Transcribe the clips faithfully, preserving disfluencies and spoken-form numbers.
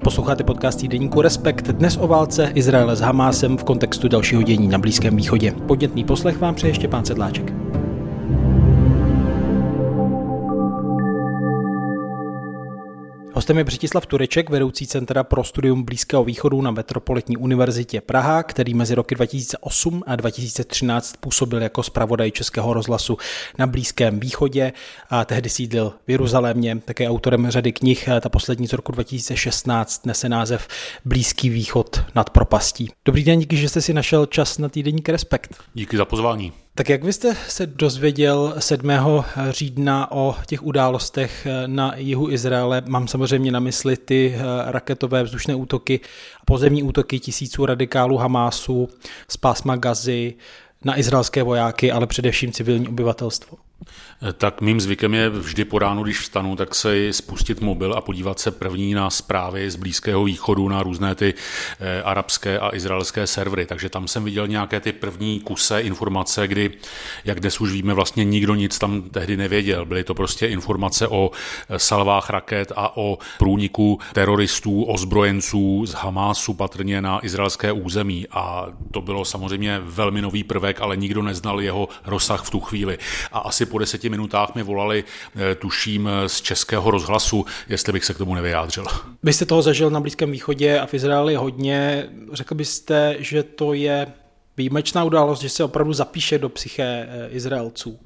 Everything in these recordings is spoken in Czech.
Posloucháte podcast týdeníku Respekt, dnes o válce Izraele s Hamásem v kontextu dalšího dění na Blízkém východě. Podnětný poslech vám přeje Štěpán Sedláček. Hostem je Břetislav Tureček, vedoucí Centra pro studium Blízkého východu na Metropolitní univerzitě Praha, který mezi roky dva tisíce osm a dva tisíce třináct působil jako zpravodaj Českého rozhlasu na Blízkém východě a tehdy sídlil v Jeruzalémě, také autorem řady knih. Ta poslední z roku dva tisíce šestnáct nese název Blízký východ nad propastí. Dobrý den, díky, že jste si našel čas na týdeník Respekt. Díky za pozvání. Tak jak vy jste se dozvěděl sedmého října o těch událostech na jihu Izraele? Mám samozřejmě na mysli ty raketové vzdušné útoky, pozemní útoky tisíců radikálů Hamásu z pásma Gazy na izraelské vojáky, ale především civilní obyvatelstvo. Tak mým zvykem je vždy po ránu, když vstanu, tak se spustit mobil a podívat se první na zprávy z Blízkého východu, na různé ty eh, arabské a izraelské servery. Takže tam jsem viděl nějaké ty první kuse informace, kdy, jak dnes už víme, vlastně nikdo nic tam tehdy nevěděl. Byly to prostě informace o salvách raket a o průniku teroristů, ozbrojenců z Hamásu patrně na izraelské území. A to bylo samozřejmě velmi nový prvek, ale nikdo neznal jeho rozsah v tu chvíli. A asi po deseti minutách mi volali, tuším, z Českého rozhlasu, jestli bych se k tomu nevyjádřil. Vy jste toho zažil na Blízkém východě a v Izraeli hodně. Řekl byste, že to je výjimečná událost, že se opravdu zapíše do psyché Izraelců?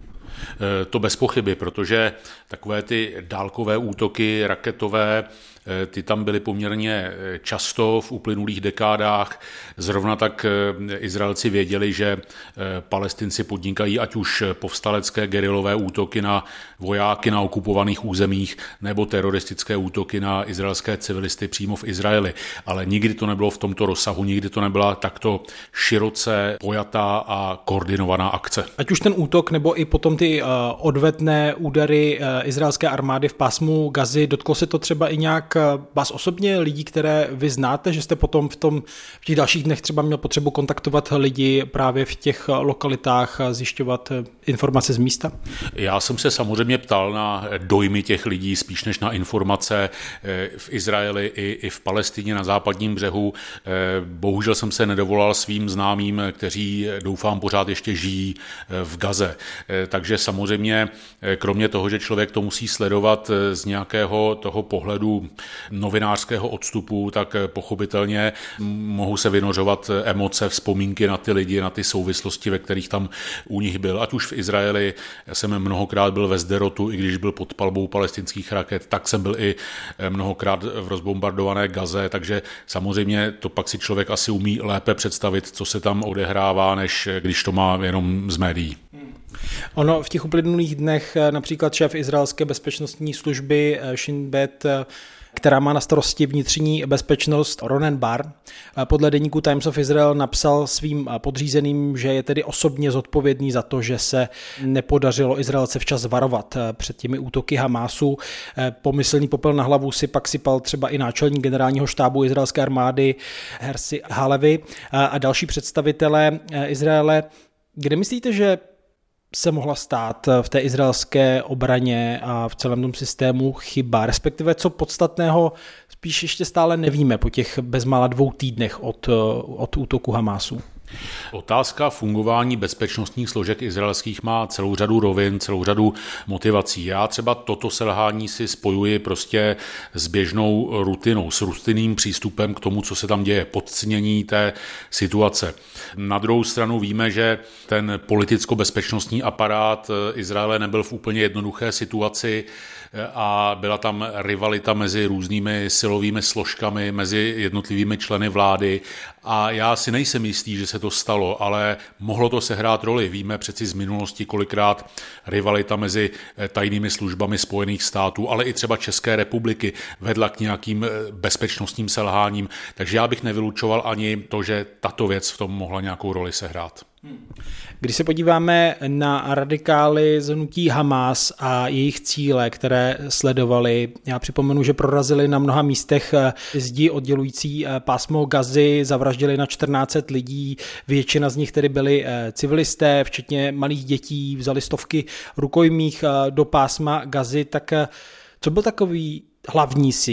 To bez pochyby, protože takové ty dálkové útoky, raketové, ty tam byly poměrně často v uplynulých dekádách. Zrovna tak Izraelci věděli, že Palestinci podnikají ať už povstalecké gerilové útoky na vojáky na okupovaných územích nebo teroristické útoky na izraelské civilisty přímo v Izraeli. Ale nikdy to nebylo v tomto rozsahu, nikdy to nebyla takto široce pojatá a koordinovaná akce. Ať už ten útok nebo i potom ty odvetné údery izraelské armády v pásmu Gazy, dotklo se to třeba i nějak vás osobně, lidí, které vy znáte, že jste potom v, tom, v těch dalších dnech třeba měl potřebu kontaktovat lidi právě v těch lokalitách a zjišťovat informace z místa? Já jsem se samozřejmě ptal na dojmy těch lidí, spíš než na informace v Izraeli i, i v Palestině na západním břehu. Bohužel jsem se nedovolal svým známým, kteří doufám pořád ještě žijí v Gaze. Takže samozřejmě kromě toho, že člověk to musí sledovat z nějakého toho pohledu novinářského odstupu, tak pochopitelně mohou se vynořovat emoce, vzpomínky na ty lidi, na ty souvislosti, ve kterých tam u nich byl. Ať už v Izraeli, já jsem mnohokrát byl ve Sderotu, i když byl pod palbou palestinských raket, tak jsem byl i mnohokrát v rozbombardované Gaze, takže samozřejmě to pak si člověk asi umí lépe představit, co se tam odehrává, než když to má jenom z médií. Ono v těch uplynulých dnech například šéf izraelské bezpečnostní služby Shin Bet, která má na starosti vnitřní bezpečnost, Ronen Bar, podle deníku Times of Israel napsal svým podřízeným, že je tedy osobně zodpovědný za to, že se nepodařilo Izraelce včas varovat před těmi útoky Hamásu. Pomyslný popel na hlavu si pak sypal třeba i náčelník generálního štábu izraelské armády Hersi Halevi a další představitelé Izraele. Kde myslíte, že se mohla stát v té izraelské obraně a v celém tom systému chyba, respektive co podstatného spíš ještě stále nevíme po těch bezmála dvou týdnech od, od útoku Hamásu? Otázka fungování bezpečnostních složek izraelských má celou řadu rovin, celou řadu motivací. Já třeba toto selhání si spojuji prostě s běžnou rutinou, s rutinným přístupem k tomu, co se tam děje, podcenění té situace. Na druhou stranu víme, že ten politicko-bezpečnostní aparát Izraele nebyl v úplně jednoduché situaci a byla tam rivalita mezi různými silovými složkami, mezi jednotlivými členy vlády a já si nejsem jistý, že se to stalo, ale mohlo to sehrát roli. Víme přeci z minulosti kolikrát rivalita mezi tajnými službami Spojených států, ale i třeba České republiky vedla k nějakým bezpečnostním selháním, takže já bych nevylučoval ani to, že tato věc v tom mohla nějakou roli sehrát. Když se podíváme na radikály z hnutí Hamás a jejich cíle, které sledovali, já připomenu, že prorazili na mnoha místech zdi oddělující pásmo Gazy, zavraždili na čtrnáct set lidí, většina z nich tedy byli civilisté, včetně malých dětí, vzali stovky rukojmích do pásma Gazy, tak co byl takový hlavní cíl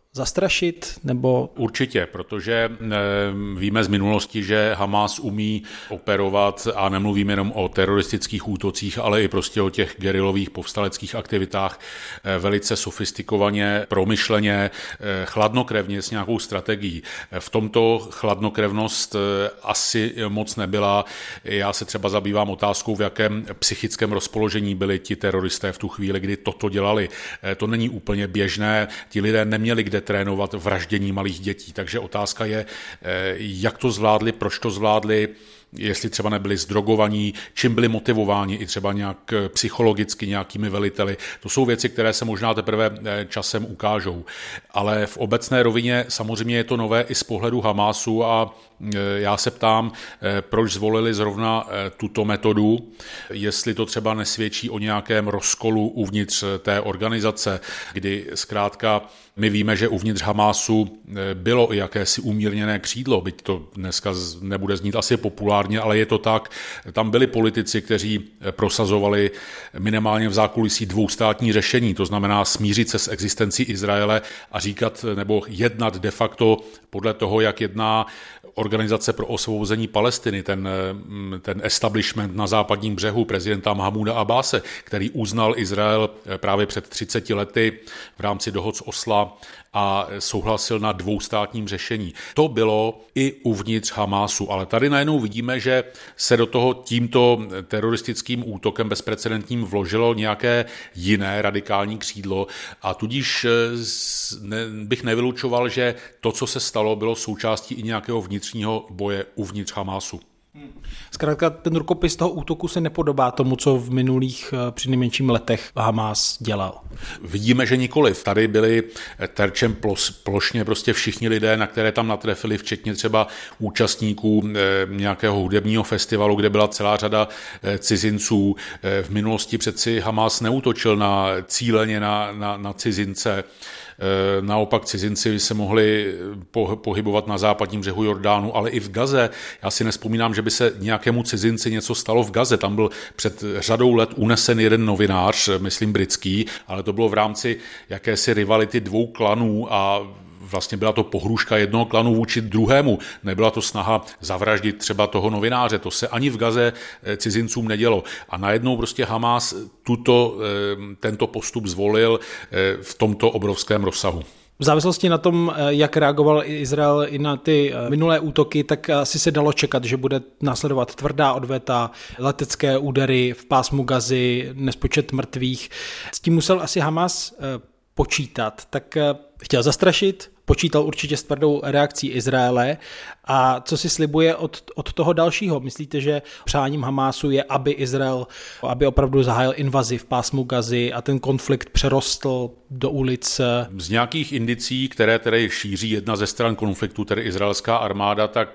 zastrašit? Nebo... Určitě, protože víme z minulosti, že Hamás umí operovat a nemluvíme jenom o teroristických útocích, ale i prostě o těch gerilových povstaleckých aktivitách velice sofistikovaně, promyšleně, chladnokrevně s nějakou strategií. V tomto chladnokrevnost asi moc nebyla. Já se třeba zabývám otázkou, v jakém psychickém rozpoložení byli ti teroristé v tu chvíli, kdy toto dělali. To není úplně běžné, ti lidé neměli kde trénovat vraždění malých dětí, takže otázka je, jak to zvládli, proč to zvládli, jestli třeba nebyli zdrogovaní, čím byli motivováni i třeba nějak psychologicky nějakými veliteli. To jsou věci, které se možná teprve časem ukážou. Ale v obecné rovině samozřejmě je to nové i z pohledu Hamásu a já se ptám, proč zvolili zrovna tuto metodu, jestli to třeba nesvědčí o nějakém rozkolu uvnitř té organizace, kdy zkrátka my víme, že uvnitř Hamásu bylo i jakési umírněné křídlo, byť to dneska nebude znít asi populárně, ale je to tak. Tam byli politici, kteří prosazovali minimálně v zákulisí dvoustátní řešení, to znamená smířit se s existencí Izraele a říkat nebo jednat de facto podle toho, jak jedná Organizace pro osvobození Palestiny, ten, ten establishment na západním břehu prezidenta Mahmúda Abbáse, který uznal Izrael právě před třiceti lety v rámci dohod z Osla a souhlasil na dvoustátním řešení. To bylo i uvnitř Hamásu, ale tady najednou vidíme, že se do toho tímto teroristickým útokem bezprecedentním vložilo nějaké jiné radikální křídlo a tudíž bych nevylučoval, že to, co se stalo, bylo součástí i nějakého vnitřního boje uvnitř Hamásu. Zkrátka ten rukopis toho útoku se nepodobá tomu, co v minulých přinejmenším letech Hamás dělal. Vidíme, že nikoliv. Tady byli terčem plošně prostě všichni lidé, na které tam natrefili, včetně třeba účastníků nějakého hudebního festivalu, kde byla celá řada cizinců. V minulosti přeci Hamás neútočil na cíleně na, na, na cizince. Naopak cizinci se mohli pohybovat na západním břehu Jordánu, ale i v Gaze. Já si nespomínám, že by se nějakému cizinci něco stalo v Gaze. Tam byl před řadou let unesen jeden novinář, myslím britský, ale to bylo v rámci jakési rivality dvou klanů a vlastně byla to pohrůžka jednoho klanu vůči druhému. Nebyla to snaha zavraždit třeba toho novináře. To se ani v Gaze cizincům nedělo. A najednou prostě Hamás tuto, tento postup zvolil v tomto obrovském rozsahu. V závislosti na tom, jak reagoval Izrael i na ty minulé útoky, tak asi se dalo čekat, že bude následovat tvrdá odveta, letecké údery v pásmu Gazy, nespočet mrtvých. S tím musel asi Hamás počítat. Tak chtěl zastrašit, počítal určitě s tvrdou reakcí Izraele. A co si slibuje od, od toho dalšího? Myslíte, že přáním Hamásu je, aby Izrael, aby opravdu zahájil invazi v pásmu Gazy a ten konflikt přerostl do ulic? Z nějakých indicí, které tedy šíří jedna ze stran konfliktu, tedy izraelská armáda, tak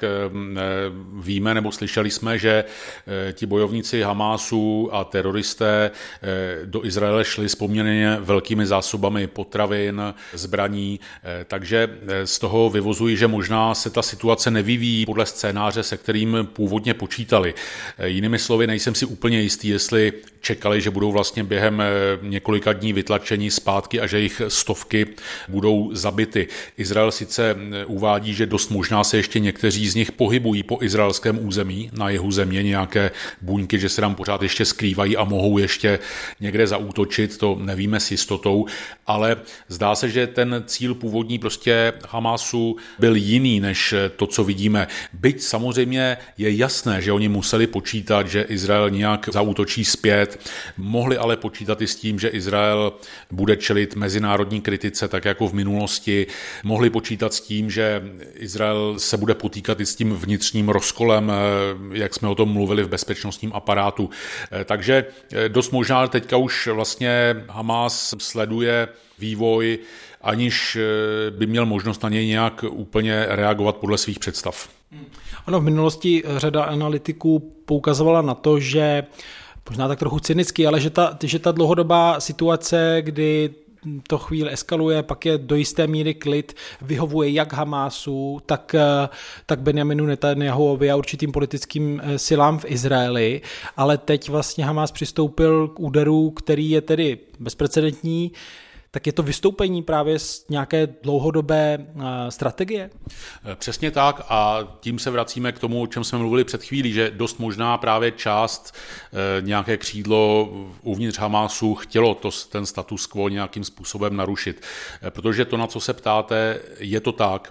víme nebo slyšeli jsme, že ti bojovníci Hamásu a teroristé do Izraele šli s poměrně velkými zásobami potravin, zbraní, takže z toho vyvozují, že možná se ta situace nevyvíjí podle scénáře, se kterým původně počítali. Jinými slovy, nejsem si úplně jistý, jestli čekali, že budou vlastně během několika dní vytlačeni zpátky a že jich stovky budou zabity. Izrael sice uvádí, že dost možná se ještě někteří z nich pohybují po izraelském území, na jihu země, nějaké buňky, že se tam pořád ještě skrývají a mohou ještě někde zaútočit, to nevíme s jistotou, ale zdá se, že ten cíl původní prostě Hamásu byl jiný než to, co vidíme. Byť samozřejmě je jasné, že oni museli počítat, že Izrael nějak zaútočí zpět, mohli ale počítat i s tím, že Izrael bude čelit mezinárodní kritice, tak jako v minulosti. Mohli počítat s tím, že Izrael se bude potýkat i s tím vnitřním rozkolem, jak jsme o tom mluvili v bezpečnostním aparátu. Takže dost možná teďka už vlastně Hamás sleduje vývoj, aniž by měl možnost na něj nějak úplně reagovat podle svých představ. Ono v minulosti řada analytiků poukazovala na to, že možná tak trochu cynicky, ale že ta, že ta dlouhodobá situace, kdy to chvíli eskaluje, pak je do jisté míry klid, vyhovuje jak Hamásu, tak, tak Benjaminu Netanjahuovi a určitým politickým silám v Izraeli, ale teď vlastně Hamás přistoupil k úderu, který je tedy bezprecedentní. tak je to vystoupení právě z nějaké dlouhodobé strategie? Přesně tak a tím se vracíme k tomu, o čem jsme mluvili před chvílí, že dost možná právě část nějaké křídlo uvnitř Hamásu chtělo to, ten status quo nějakým způsobem narušit. Protože to, na co se ptáte, je to tak.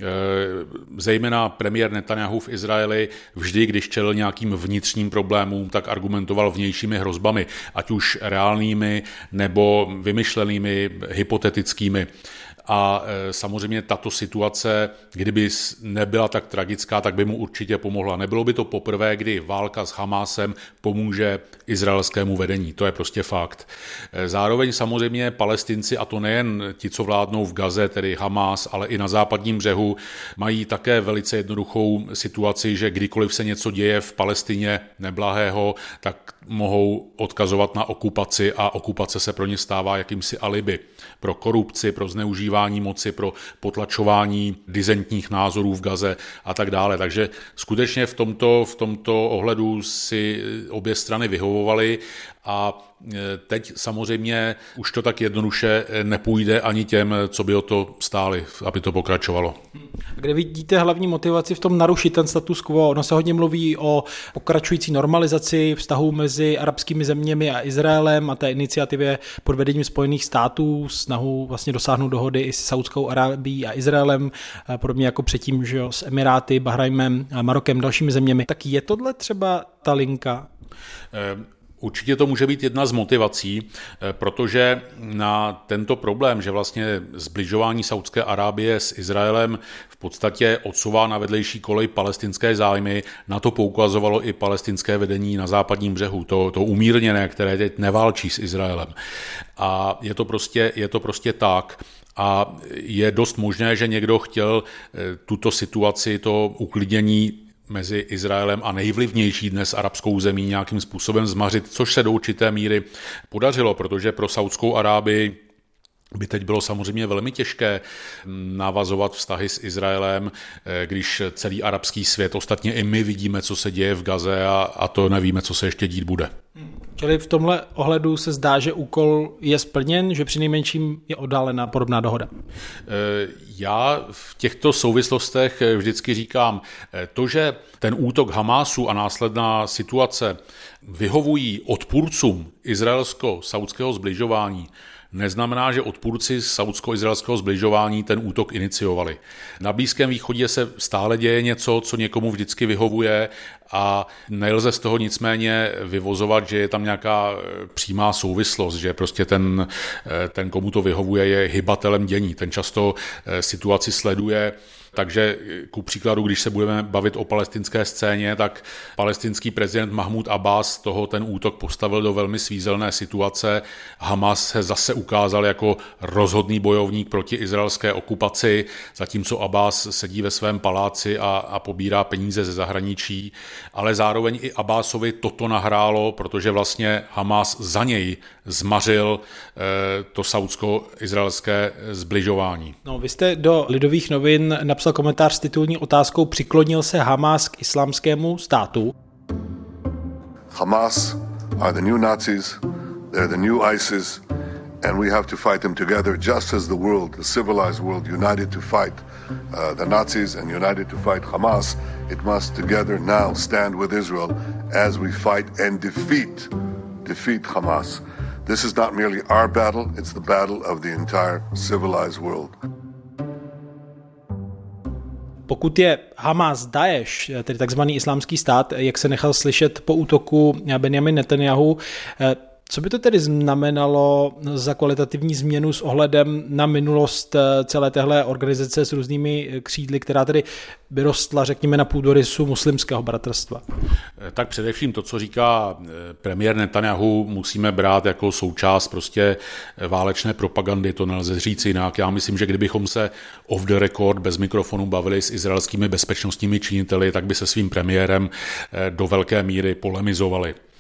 Zejména premiér Netanjahu v Izraeli vždy, když čelil nějakým vnitřním problémům, tak argumentoval vnějšími hrozbami, ať už reálnými nebo vymyšlenými, hypotetickými. A samozřejmě tato situace, kdyby nebyla tak tragická, tak by mu určitě pomohla. Nebylo by to poprvé, kdy válka s Hamásem pomůže izraelskému vedení. To je prostě fakt. Zároveň samozřejmě Palestinci, a to nejen ti, co vládnou v Gaze, tedy Hamás, ale i na západním břehu, mají také velice jednoduchou situaci, že kdykoliv se něco děje v Palestině neblahého, tak mohou odkazovat na okupaci a okupace se pro ně stává jakýmsi alibi pro korupci, pro zneužívání moci, pro potlačování disentních názorů v Gaze a tak dále. Takže skutečně v tomto, v tomto ohledu si obě strany vyhovovaly a teď samozřejmě už to tak jednoduše nepůjde ani těm, co by o to stáli, aby to pokračovalo. Kde vidíte hlavní motivaci v tom narušit ten status quo? Ono se hodně mluví o pokračující normalizaci vztahů mezi arabskými zeměmi a Izraelem a té iniciativě pod vedením Spojených států, snahu vlastně dosáhnout dohody i s Saudskou Arábií a Izraelem, podobně jako předtím, že jo, s Emiráty, Bahrajnem, Marokem, dalšími zeměmi. Tak je tohle třeba ta linka? Um. Určitě to může být jedna z motivací, protože na tento problém, že vlastně zbližování Saudské Arábie s Izraelem v podstatě odsouvá na vedlejší kolej palestinské zájmy, na to poukazovalo i palestinské vedení na západním břehu, to, to umírněné, které teď neválčí s Izraelem. A je to prostě, je to prostě tak. A je dost možné, že někdo chtěl tuto situaci, to uklidnění mezi Izraelem a nejvlivnější dnes arabskou zemí nějakým způsobem zmařit, což se do určité míry podařilo, protože pro Saudskou Arábii by teď bylo samozřejmě velmi těžké navazovat vztahy s Izraelem, když celý arabský svět, ostatně i my vidíme, co se děje v Gaze a, a to nevíme, co se ještě dít bude. Čili v tomhle ohledu se zdá, že úkol je splněn, že přinejmenším je oddálená podobná dohoda. Já v těchto souvislostech vždycky říkám, to, že ten útok Hamásu a následná situace vyhovují odpůrcům izraelsko-saudského zbližování, neznamená, že odpůrci saudsko-izraelského zbližování ten útok iniciovali. Na Blízkém východě se stále děje něco, co někomu vždycky vyhovuje a nelze z toho nicméně vyvozovat, že je tam nějaká přímá souvislost, že prostě ten, ten komu to vyhovuje, je hybatelem dění. Ten často situaci sleduje. Takže ku příkladu, když se budeme bavit o palestinské scéně, tak palestinský prezident Mahmud Abbas toho ten útok postavil do velmi svízelné situace. Hamas se zase ukázal jako rozhodný bojovník proti izraelské okupaci, zatímco Abbas sedí ve svém paláci a, a pobírá peníze ze zahraničí. Ale zároveň i Abbasovi toto nahrálo, protože vlastně Hamas za něj zmařil eh, to saudsko-izraelské zbližování. No, vy jste do Lidových novin napsal komentář s titulní otázkou Přiklonil se Hamas k islámskému státu? Hamas are the new Nazis, they're the new ISIS, and we have to fight them together just as the world, the civilized world, united to fight uh, the Nazis and united to fight Hamas. It must together now stand with Israel as we fight and defeat, defeat Hamas. This is not merely our battle, it's the battle of the entire civilized world. Pokud je Hamas, Daesh, tedy takzvaný islámský stát, jak se nechal slyšet po útoku Benjamin Netanjahu, co by to tedy znamenalo za kvalitativní změnu s ohledem na minulost celé téhle organizace s různými křídly, která tedy vyrostla, řekněme, na půdorysu muslimského bratrstva? Tak především to, co říká premiér Netanjahu, musíme brát jako součást prostě válečné propagandy, to nelze říct jinak. Já myslím, že kdybychom se off the record bez mikrofonu bavili s izraelskými bezpečnostními činiteli, tak by se svým premiérem do velké míry polemizovali.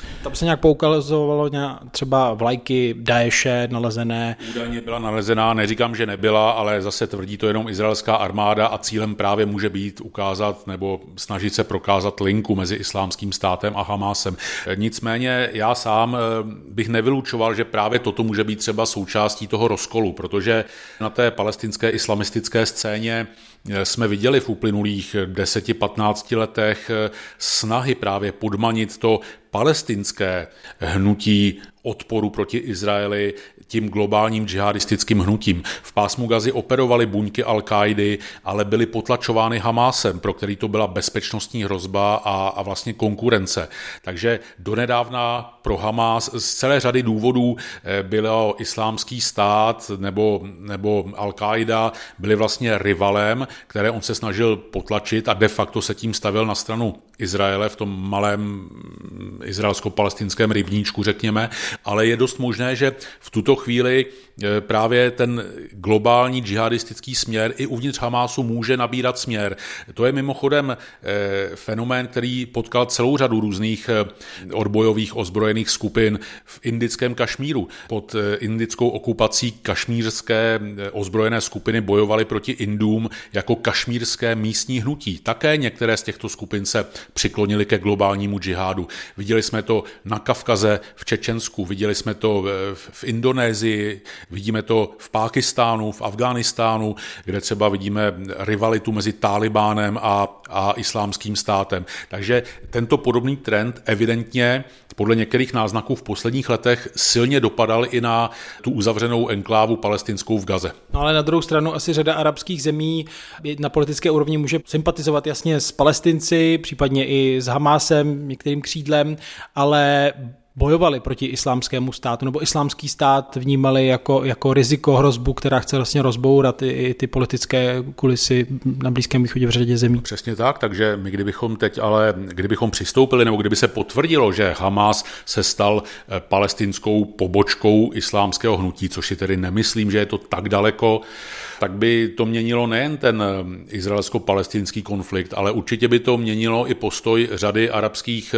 Tam se nějak poukazovalo třeba vlajky Daeše nalezené. Údajně byla nalezená, neříkám, že nebyla, ale zase tvrdí to jenom izraelská armáda a cílem právě může být ukázat nebo snažit se prokázat linku mezi Islámským státem a Hamásem. Nicméně já sám bych nevylučoval, že právě toto může být třeba součástí toho rozkolu, protože na té palestinské islamistické scéně jsme viděli v uplynulých deseti patnácti letech snahy právě podmanit to palestinské hnutí odporu proti Izraeli tím globálním džihadistickým hnutím. V pásmu Gazy operovaly buňky Al-Káidy, ale byly potlačovány Hamásem, pro který to byla bezpečnostní hrozba a, a vlastně konkurence. Takže donedávna pro Hamás z celé řady důvodů bylo Islámský stát nebo, nebo Al-Káida byli vlastně rivalem, které on se snažil potlačit a de facto se tím stavěl na stranu Izraele v tom malém izraelsko-palestinském rybníčku, řekněme, ale je dost možné, že v tuto chvíli právě ten globální džihadistický směr i uvnitř Hamásu může nabírat směr. To je mimochodem fenomén, který potkal celou řadu různých odbojových ozbrojených skupin v indickém Kašmíru. Pod indickou okupací kašmírské ozbrojené skupiny bojovaly proti Indům jako kašmírské místní hnutí. Také některé z těchto skupin se přiklonili ke globálnímu džihádu. Viděli jsme to na Kavkaze, v Čečensku, viděli jsme to v Indonésii, vidíme to v Pákistánu, v Afghánistánu, kde třeba vidíme rivalitu mezi Tálibánem a, a Islámským státem. Takže tento podobný trend evidentně podle některých náznaků v posledních letech silně dopadal i na tu uzavřenou enklávu palestinskou v Gaze. No ale na druhou stranu asi řada arabských zemí na politické úrovni může sympatizovat jasně s Palestinci, případně i s Hamásem, některým křídlem, ale bojovali proti islámskému státu, nebo islámský stát vnímali jako, jako riziko, hrozbu, která chce vlastně rozbourat i, i ty politické kulisy na Blízkém východě v řadě zemí. Přesně tak, takže my kdybychom teď ale, kdybychom přistoupili, nebo kdyby se potvrdilo, že Hamás se stal palestinskou pobočkou islámského hnutí, což si tedy nemyslím, že je to tak daleko, tak by to měnilo nejen ten izraelsko-palestinský konflikt, ale určitě by to měnilo i postoj řady arabských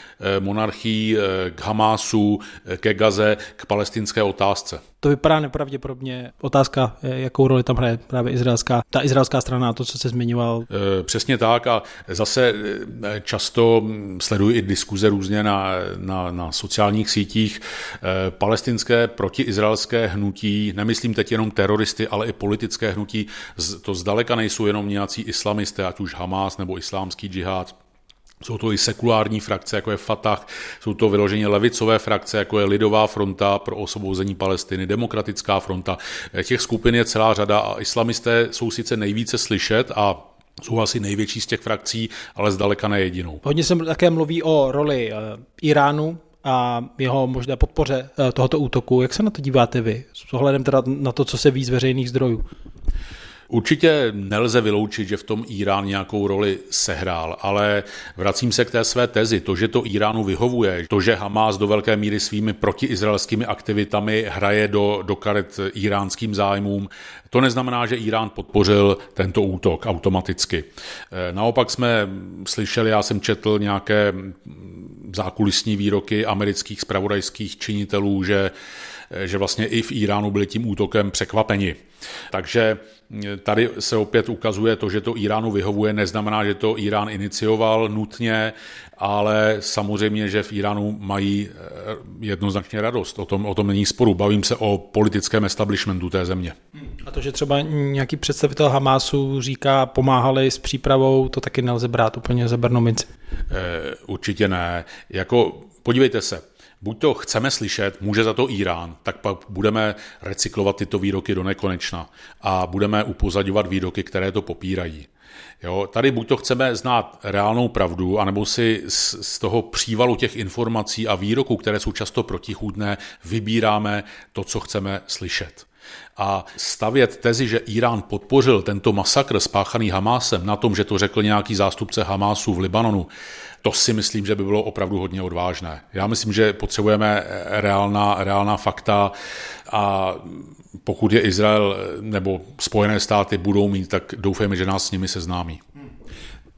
monarchií k Hamásu, ke Gaze, k palestinské otázce. To vypadá nepravděpodobně. Otázka, jakou roli tam hraje právě izraelská, ta izraelská strana, to, co se zmiňoval. Přesně tak a zase často sleduji i diskuze různě na, na, na sociálních sítích. Palestinské protiizraelské hnutí, nemyslím teď jenom teroristy, ale i politické hnutí, to zdaleka nejsou jenom nějací islamisté, ať už Hamás nebo islámský džihád. Jsou to i sekulární frakce, jako je Fatah, jsou to vyloženě levicové frakce, jako je Lidová fronta pro osvobození Palestiny, Demokratická fronta. Těch skupin je celá řada a islamisté jsou sice nejvíce slyšet a jsou asi největší z těch frakcí, ale zdaleka ne jedinou. Hodně se také mluví o roli Iránu a jeho možné podpoře tohoto útoku. Jak se na to díváte vy? S ohledem teda na to, co se ví z veřejných zdrojů. Určitě nelze vyloučit, že v tom Irán nějakou roli sehrál, ale vracím se k té své tezi. To, že to Iránu vyhovuje, to, že Hamás do velké míry svými protiizraelskými aktivitami hraje do, do karet iránským zájmům, to neznamená, že Irán podpořil tento útok automaticky. Naopak jsme slyšeli, já jsem četl nějaké zákulisní výroky amerických zpravodajských činitelů, že, že vlastně i v Iránu byli tím útokem překvapeni. Takže tady se opět ukazuje to, že to Iránu vyhovuje, neznamená, že to Irán inicioval nutně, ale samozřejmě, že v Iránu mají jednoznačně radost. O tom, o tom není sporu. Bavím se o politickém establishmentu té země. A to, že třeba nějaký představitel Hamásu říká, pomáhali s přípravou, to taky nelze brát úplně za bernou minci. E, určitě ne. Jako, podívejte se. Buď to chceme slyšet, může za to Irán, tak pak budeme recyklovat tyto výroky do nekonečna a budeme upozadňovat výroky, které to popírají. Jo, tady buď to chceme znát reálnou pravdu, anebo si z, z toho přívalu těch informací a výroků, které jsou často protichůdné, vybíráme to, co chceme slyšet. A stavět tezi, že Irán podpořil tento masakr spáchaný Hamásem na tom, že to řekl nějaký zástupce Hamásu v Libanonu, to si myslím, že by bylo opravdu hodně odvážné. Já myslím, že potřebujeme reálná, reálná fakta a pokud je Izrael nebo Spojené státy budou mít, tak doufejme, že nás s nimi seznámí.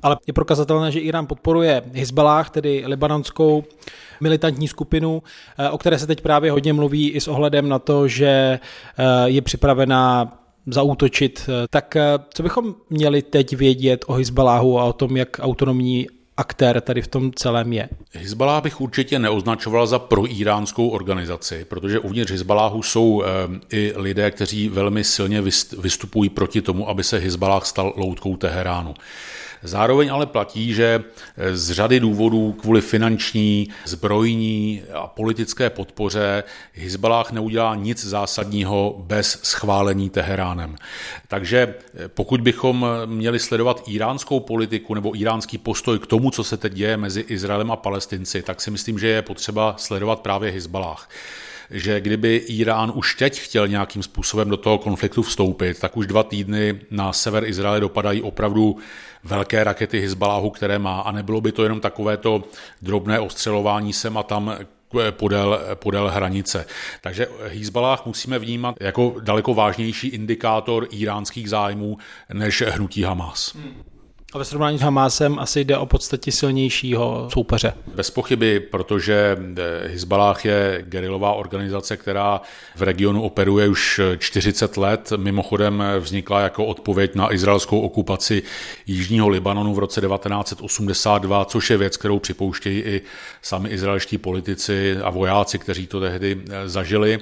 Ale je prokazatelné, že Irán podporuje Hizballáh, tedy libanonskou militantní skupinu, o které se teď právě hodně mluví i s ohledem na to, že je připravená zaútočit. Tak co bychom měli teď vědět o Hizballáhu a o tom, jak autonomní aktér tady v tom celém je? Hizballáh bych určitě neoznačoval za proíránskou organizaci, protože uvnitř Hizballáhu jsou i lidé, kteří velmi silně vystupují proti tomu, aby se Hizballáh stal loutkou Teheránu. Zároveň ale platí, že z řady důvodů kvůli finanční, zbrojní a politické podpoře Hizballáh neudělá nic zásadního bez schválení Teheránem. Takže pokud bychom měli sledovat iránskou politiku nebo iránský postoj k tomu, co se teď děje mezi Izraelem a Palestinci, tak si myslím, že je potřeba sledovat právě Hizballáh. Že kdyby Irán už teď chtěl nějakým způsobem do toho konfliktu vstoupit, tak už dva týdny na sever Izraele dopadají opravdu velké rakety Hizballáhu, které má, a nebylo by to jenom takovéto drobné ostřelování sem a tam podél, podél hranice. Takže Hizballáh musíme vnímat jako daleko vážnější indikátor iránských zájmů než hnutí Hamás. Hmm. A ve srovnání s Hamásem asi jde o podstatě silnějšího soupeře. Bez pochyby, protože Hizballáh je gerilová organizace, která v regionu operuje už čtyřicet let. Mimochodem vznikla jako odpověď na izraelskou okupaci jižního Libanonu v roce devatenáct set osmdesát dva, což je věc, kterou připouštějí i sami izraelští politici a vojáci, kteří to tehdy zažili.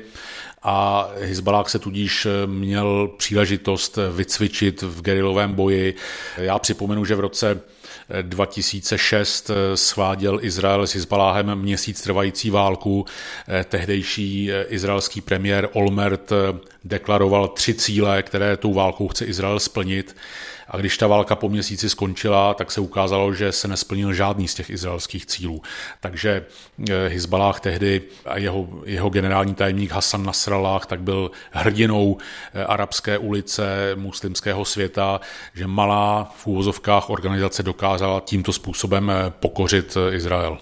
A Hizballáh se tudíž měl příležitost vycvičit v gerilovém boji. Já připomenu, že v roce dva tisíce šest sváděl Izrael s Hizballáhem měsíc trvající válku. Tehdejší izraelský premiér Olmert deklaroval tři cíle, které tou válkou chce Izrael splnit. A když ta válka po měsíci skončila, tak se ukázalo, že se nesplnil žádný z těch izraelských cílů. Takže Hizballáh tehdy a jeho, jeho generální tajemník Hassan Nasrallah tak byl hrdinou arabské ulice muslimského světa, že malá v úvozovkách organizace dokázala tímto způsobem pokořit Izrael.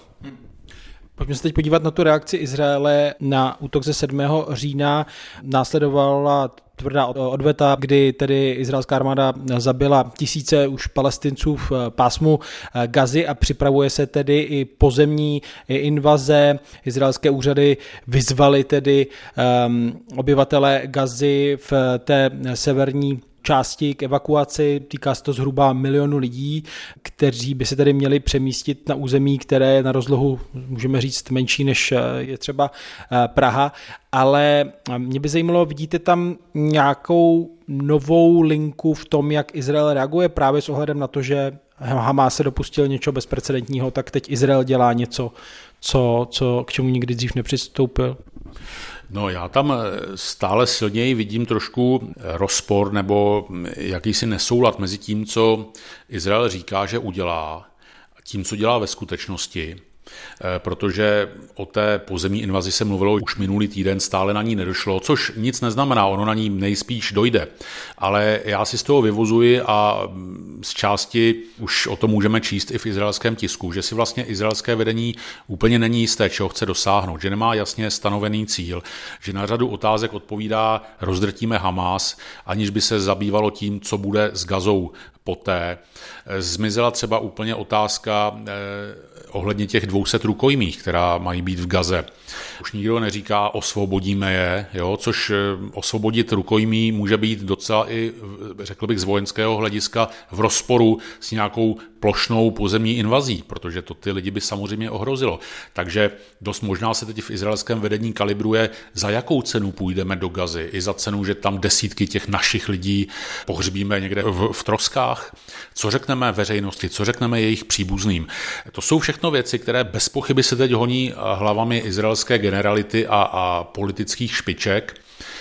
Pojďme se teď podívat na tu reakci Izraele na útok ze sedmého října. Následovala tvrdá odveta, kdy tedy izraelská armáda zabila tisíce už Palestinců v pásmu Gazy a připravuje se tedy i pozemní invaze. Izraelské úřady vyzvaly tedy um, obyvatele Gazy v té severní části k evakuaci, týká se to zhruba milionu lidí, kteří by se tedy měli přemístit na území, které je na rozlohu, můžeme říct, menší než je třeba Praha, ale mě by zajímalo, vidíte tam nějakou novou linku v tom, jak Izrael reaguje právě s ohledem na to, že Hamás se dopustil něčeho bezprecedentního, tak teď Izrael dělá něco, co, co, k čemu nikdy dřív nepřistoupil? No, já tam stále silněji vidím trošku rozpor nebo jakýsi nesoulad mezi tím, co Izrael říká, že udělá, a tím, co dělá ve skutečnosti. Protože o té pozemní invazi se mluvilo už minulý týden, stále na ní nedošlo, což nic neznamená, ono na ní nejspíš dojde. Ale já si z toho vyvozuji a z části už o tom můžeme číst i v izraelském tisku, že si vlastně izraelské vedení úplně není jisté, čeho chce dosáhnout, že nemá jasně stanovený cíl, že na řadu otázek odpovídá rozdrtíme Hamás, aniž by se zabývalo tím, co bude s Gazou poté. Zmizela třeba úplně otázka eh, ohledně těch dvou set rukojmích, která mají být v Gaze. Už nikdo neříká osvobodíme je, jo, což osvobodit rukojmí může být docela i, řekl bych, z vojenského hlediska v rozporu s nějakou plošnou pozemní invazí, protože to ty lidi by samozřejmě ohrozilo. Takže dost možná se teď v izraelském vedení kalibruje, za jakou cenu půjdeme do Gazy, i za cenu, že tam desítky těch našich lidí pohřbíme někde v, v troskách. Co řekneme veřejnosti, co řekneme jejich příbuzným. To jsou všechno věci, které bez pochyby se teď honí hlavami izraelské generality a, a politických špiček.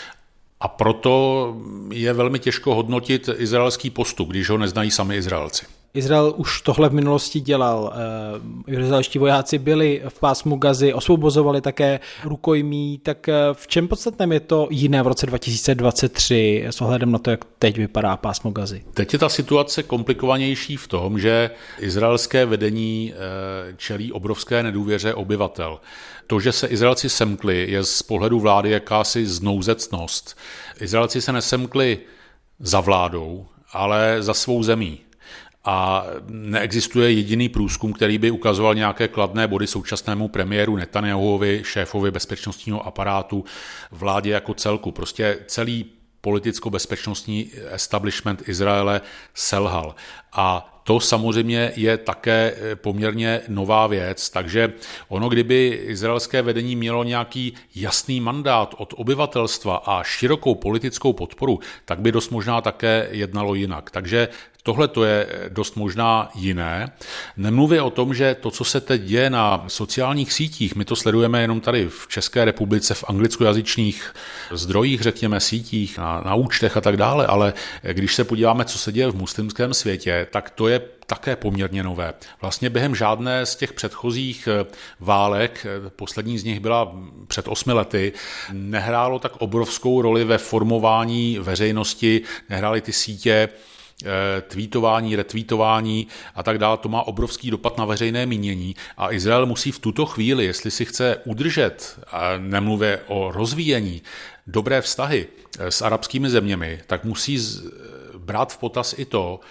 A proto je velmi těžko hodnotit izraelský postup, když ho neznají sami Izraelci. Izrael už tohle v minulosti dělal. Izraelští vojáci byli v pásmu Gazy, osvobozovali také rukojmí, tak v čem podstatném je to jiné v roce dva tisíce dvacet tři s ohledem na to, jak teď vypadá pásmo Gazy? Teď je ta situace komplikovanější v tom, že izraelské vedení čelí obrovské nedůvěře obyvatel. To, že se Izraelci semkli, je z pohledu vlády jakási znouzecnost. Izraelci se nesemkli za vládou, ale za svou zemí. A neexistuje jediný průzkum, který by ukazoval nějaké kladné body současnému premiéru Netanjahuovi, šéfovi bezpečnostního aparátu, vládě jako celku. Prostě celý politicko-bezpečnostní establishment Izraele selhal. A to samozřejmě je také poměrně nová věc, takže ono, kdyby izraelské vedení mělo nějaký jasný mandát od obyvatelstva a širokou politickou podporu, tak by dost možná také jednalo jinak. Takže tohle to je dost možná jiné. Nemluvě o tom, že to, co se teď děje na sociálních sítích, my to sledujeme jenom tady v České republice, v anglickojazyčných zdrojích, řekněme, sítích, na, na účtech a tak dále, ale když se podíváme, co se děje v muslimském světě, tak to je také poměrně nové. Vlastně během žádné z těch předchozích válek, poslední z nich byla před osmi lety, nehrálo tak obrovskou roli ve formování veřejnosti, nehrály ty sítě, tweetování, retweetování a tak dále. To má obrovský dopad na veřejné mínění a Izrael musí v tuto chvíli, jestli si chce udržet, nemluvě o rozvíjení, dobré vztahy s arabskými zeměmi, tak musí brát v potaz i to,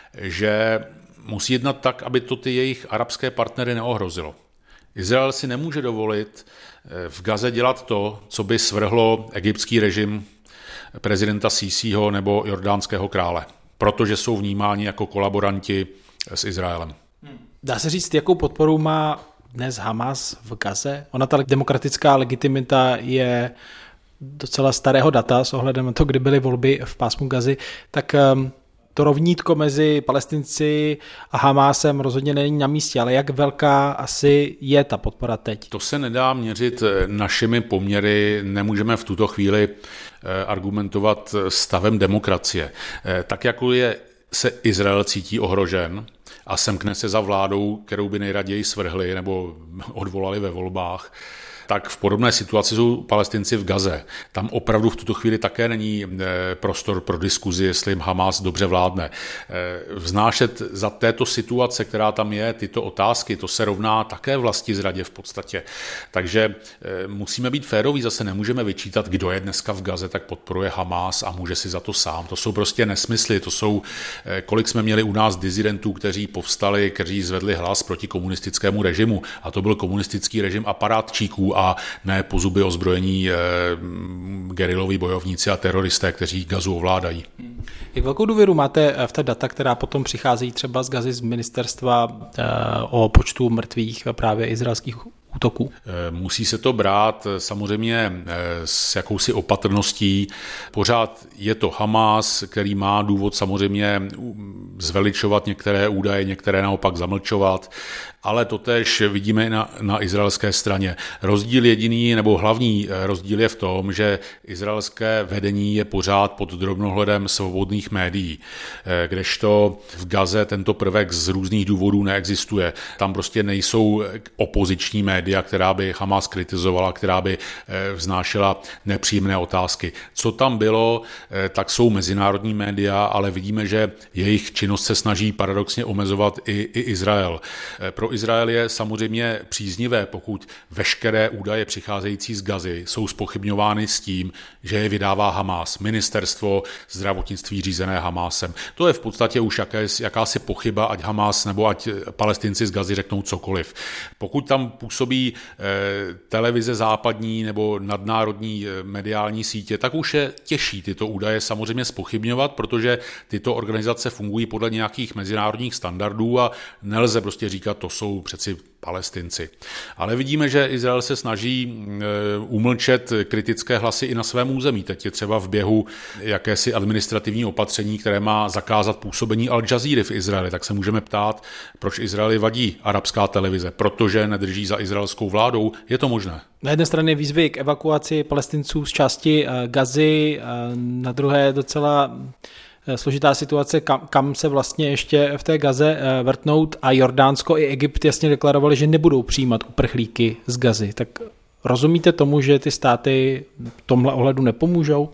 že musí jednat tak, aby to ty jejich arabské partnery neohrozilo. Izrael si nemůže dovolit v Gaze dělat to, co by svrhlo egyptský režim prezidenta Sísího nebo jordánského krále, protože jsou vnímáni jako kolaboranti s Izraelem. Dá se říct, jakou podporu má dnes Hamas v Gaze? Ona ta demokratická legitimita je docela starého data s ohledem na to, kdy byly volby v pásmu Gazy, tak to rovnítko mezi Palestinci a Hamásem rozhodně není na místě, ale jak velká asi je ta podpora teď? To se nedá měřit našimi poměry, nemůžeme v tuto chvíli argumentovat stavem demokracie. Tak jako je, se Izrael cítí ohrožen a semkne se za vládou, kterou by nejraději svrhli nebo odvolali ve volbách, tak v podobné situaci jsou Palestinci v Gaze. Tam opravdu v tuto chvíli také není prostor pro diskuzi, jestli jim Hamas dobře vládne. Vznášet za této situace, která tam je, tyto otázky, to se rovná také vlastizradě v podstatě. Takže musíme být féroví, zase nemůžeme vyčítat, kdo je dneska v Gaze, tak podporuje Hamas a může si za to sám. To jsou prostě nesmysly, to jsou, kolik jsme měli u nás disidentů, kteří povstali, kteří zvedli hlas proti komunistickému režimu a to byl komunistický režim aparátčíků a ne po zuby ozbrojení e, geriloví bojovníci a teroristé, kteří Gazu ovládají. Jak velkou důvěru máte v ta data, která potom přicházejí třeba z Gazy z ministerstva e, o počtu mrtvých právě izraelských útoků? Musí se to brát samozřejmě s jakousi opatrností. Pořád je to Hamas, který má důvod samozřejmě zveličovat některé údaje, některé naopak zamlčovat, ale totéž vidíme na, na izraelské straně. Rozdíl jediný nebo hlavní rozdíl je v tom, že izraelské vedení je pořád pod drobnohledem svobodných médií, kdežto v Gaze tento prvek z různých důvodů neexistuje. Tam prostě nejsou opoziční média, která by Hamas kritizovala, která by vznášela nepříjemné otázky. Co tam bylo, tak jsou mezinárodní média, ale vidíme, že jejich činnost se snaží paradoxně omezovat i, i Izrael. Pro Izrael je samozřejmě příznivé, pokud veškeré údaje přicházející z Gazy jsou zpochybňovány s tím, že je vydává Hamas, ministerstvo zdravotnictví řízené Hamasem. To je v podstatě už jakési, jakási pochyba, ať Hamas nebo ať Palestinci z Gazy řeknou cokoliv. Pokud tam působí eh, televize západní nebo nadnárodní eh, mediální sítě, tak už je těžší tyto údaje samozřejmě zpochybňovat, protože tyto organizace fungují podle nějakých mezinárodních standardů a nelze prostě říkat, to jsou přeci Palestinci. Ale vidíme, že Izrael se snaží umlčet kritické hlasy i na svém území. Teď je třeba v běhu jakési administrativní opatření, které má zakázat působení Al Jazeera v Izraeli. Tak se můžeme ptát, proč Izraeli vadí arabská televize, protože nedrží za izraelskou vládou. Je to možné? Na jedné straně výzvy k evakuaci Palestinců z části Gazy, na druhé docela složitá situace, kam, kam se vlastně ještě v té Gaze vrtnout, a Jordánsko i Egypt jasně deklarovali, že nebudou přijímat uprchlíky z Gazy. Tak rozumíte tomu, že ty státy v tomhle ohledu nepomůžou?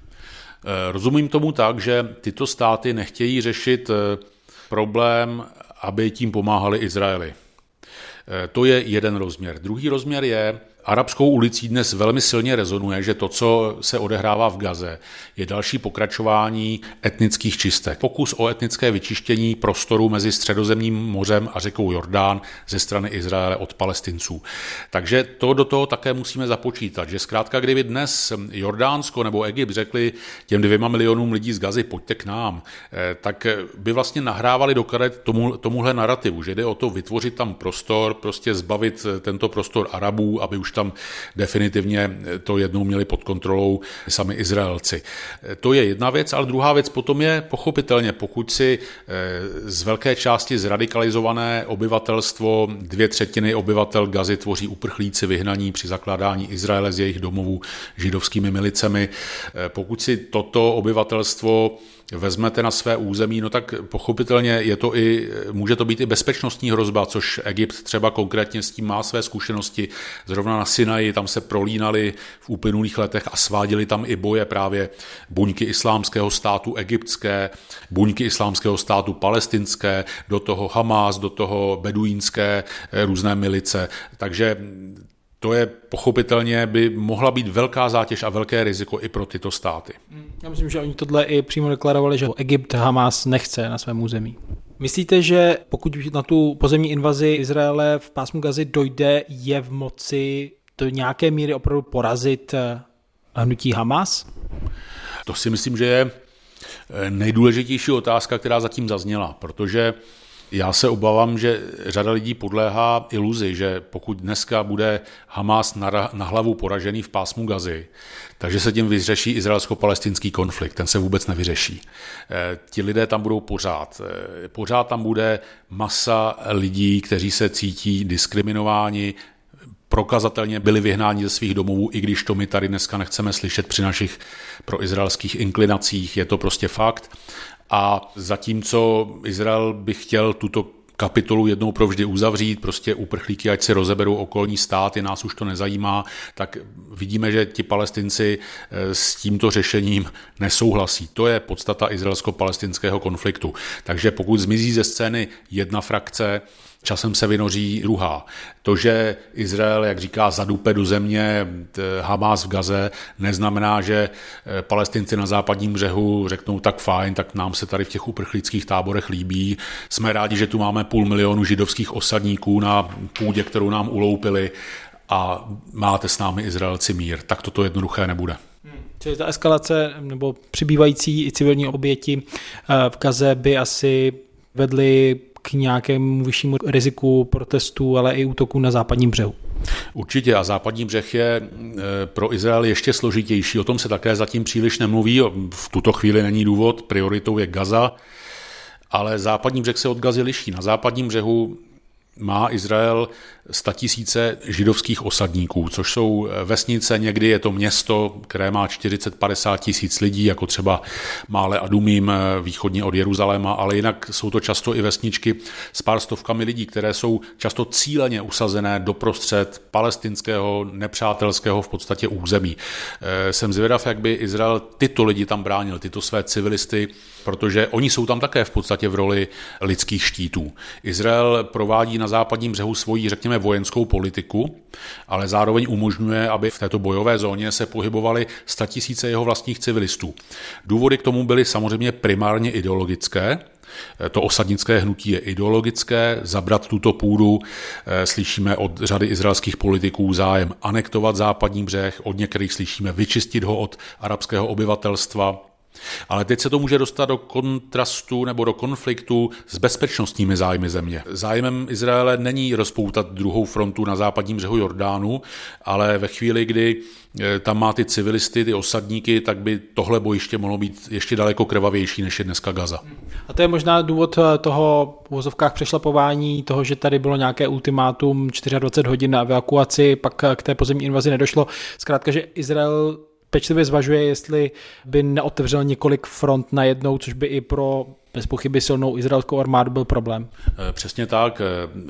Rozumím tomu tak, že tyto státy nechtějí řešit problém, aby tím pomáhali Izraeli. To je jeden rozměr. Druhý rozměr je, Arabskou ulicí dnes velmi silně rezonuje, že to, co se odehrává v Gaze, je další pokračování etnických čistek. Pokus o etnické vyčištění prostoru mezi Středozemním mořem a řekou Jordán ze strany Izraele od Palestinců. Takže to do toho také musíme započítat, že zkrátka, kdyby dnes Jordánsko nebo Egypt řekli těm dvěma milionům lidí z Gazy, pojďte k nám, tak by vlastně nahrávali do karet tomu, tomuhle narrativu, že jde o to vytvořit tam prostor, prostě zbavit tento prostor Arabů, aby už tam definitivně to jednou měli pod kontrolou sami Izraelci. To je jedna věc, ale druhá věc potom je pochopitelně, pokud si z velké části zradikalizované obyvatelstvo, dvě třetiny obyvatel Gazy tvoří uprchlíci vyhnaní při zakládání Izraele z jejich domovů židovskými milicemi, pokud si toto obyvatelstvo vezmete na své území, no tak pochopitelně je to i, může to být i bezpečnostní hrozba, což Egypt třeba konkrétně s tím má své zkušenosti. Zrovna na Sinaji tam se prolínali v uplynulých letech a sváděli tam i boje právě buňky islámského státu egyptské, buňky islámského státu palestinské, do toho Hamás, do toho beduínské různé milice. Takže to je pochopitelně, by mohla být velká zátěž a velké riziko i pro tyto státy. Já myslím, že oni tohle i přímo deklarovali, že Egypt Hamás nechce na svém území. Myslíte, že pokud na tu pozemní invazi Izraele v pásmu Gazy dojde, je v moci do nějaké míry opravdu porazit hnutí Hamás? To si myslím, že je nejdůležitější otázka, která zatím zazněla, protože já se obávám, že řada lidí podléhá iluzi, že pokud dneska bude Hamás na, na hlavu poražený v pásmu Gazy, takže se tím vyřeší izraelsko-palestinský konflikt. Ten se vůbec nevyřeší. E, ti lidé tam budou pořád. E, pořád tam bude masa lidí, kteří se cítí diskriminováni, prokazatelně byli vyhnáni ze svých domovů, i když to my tady dneska nechceme slyšet při našich proizraelských inklinacích. Je to prostě fakt. A zatímco Izrael by chtěl tuto kapitolu jednou provždy uzavřít, prostě uprchlíky, ať si rozeberou okolní státy, nás už to nezajímá, tak vidíme, že ti Palestinci s tímto řešením nesouhlasí. To je podstata izraelsko-palestinského konfliktu. Takže pokud zmizí ze scény jedna frakce, časem se vynoří druhá. To, že Izrael, jak říká, zadupe do země Hamás v Gaze, neznamená, že Palestinci na západním břehu řeknou tak fajn, tak nám se tady v těch uprchlických táborech líbí. Jsme rádi, že tu máme půl milionu židovských osadníků na půdě, kterou nám uloupili a máte s námi Izraelci mír. Tak toto jednoduché nebude. Čili ta eskalace nebo přibývající civilní oběti v Gaze by asi vedly k nějakému vyššímu riziku protestů, ale i útoků na západním břehu. Určitě a západní břeh je pro Izrael ještě složitější. O tom se také zatím příliš nemluví. V tuto chvíli není důvod, prioritou je Gaza, ale západní břeh se od Gazy liší. Na západním břehu má Izrael statisíce židovských osadníků, což jsou vesnice, někdy je to město, které má čtyřicet padesát tisíc lidí, jako třeba Mále Adumím východně od Jeruzaléma, ale jinak jsou to často i vesničky s pár stovkami lidí, které jsou často cíleně usazené doprostřed palestinského, nepřátelského v podstatě území. Jsem zvědav, jak by Izrael tyto lidi tam bránil, tyto své civilisty, protože oni jsou tam také v podstatě v roli lidských štítů. Izrael provádí na západním břehu svoji, řekněme, vojenskou politiku, ale zároveň umožňuje, aby v této bojové zóně se pohybovaly statisíce jeho vlastních civilistů. Důvody k tomu byly samozřejmě primárně ideologické. To osadnické hnutí je ideologické, zabrat tuto půdu, slyšíme od řady izraelských politiků zájem anektovat západní břeh, od některých slyšíme vyčistit ho od arabského obyvatelstva. Ale teď se to může dostat do kontrastu nebo do konfliktu s bezpečnostními zájmy země. Zájmem Izraele není rozpoutat druhou frontu na západním břehu Jordánu, ale ve chvíli, kdy tam má ty civilisty, ty osadníky, tak by tohle bojiště mohlo být ještě daleko krvavější, než je dneska Gaza. A to je možná důvod toho v uvozovkách přešlapování, toho, že tady bylo nějaké ultimátum dvacet čtyři hodin na evakuaci, pak k té pozemní invazi nedošlo. Zkrátka, že Izrael pečlivě zvažuje, jestli by neotevřel několik front najednou, což by i pro bez pochyby silnou izraelskou armádu byl problém. Přesně tak.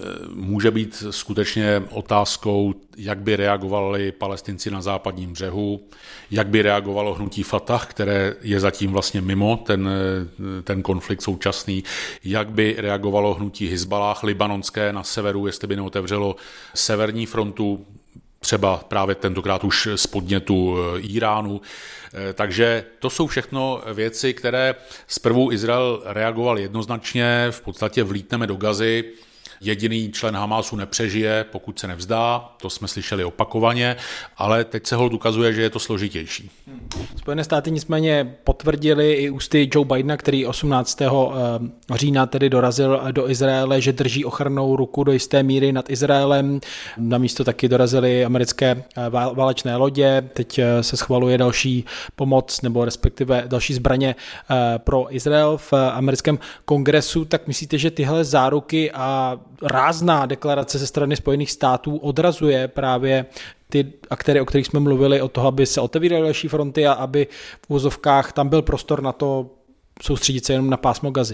Může být skutečně otázkou, jak by reagovali Palestinci na západním břehu, jak by reagovalo hnutí Fatah, které je zatím vlastně mimo ten, ten konflikt současný, jak by reagovalo hnutí Hizballáh libanonské na severu, jestli by neotevřelo severní frontu. třeba právě tentokrát už z podnětu Íránu. Takže to jsou všechno věci, které zprvu Izrael reagoval jednoznačně, v podstatě vlítneme do Gazy, jediný člen Hamásu nepřežije, pokud se nevzdá, to jsme slyšeli opakovaně, ale teď se holt ukazuje, že je to složitější. Spojené státy nicméně potvrdili i ústy Joe Bidena, který osmnáctého října tedy dorazil do Izraele, že drží ochrannou ruku do jisté míry nad Izraelem. Na místo taky dorazily americké válečné lodě, teď se schvaluje další pomoc nebo respektive další zbraně pro Izrael v americkém kongresu. Tak myslíte, že tyhle záruky a rázná deklarace ze strany Spojených států odrazuje právě ty aktéry, o kterých jsme mluvili, od toho, aby se otevíraly další fronty a aby v uvozovkách tam byl prostor na to soustředit se jenom na pásmo Gazy?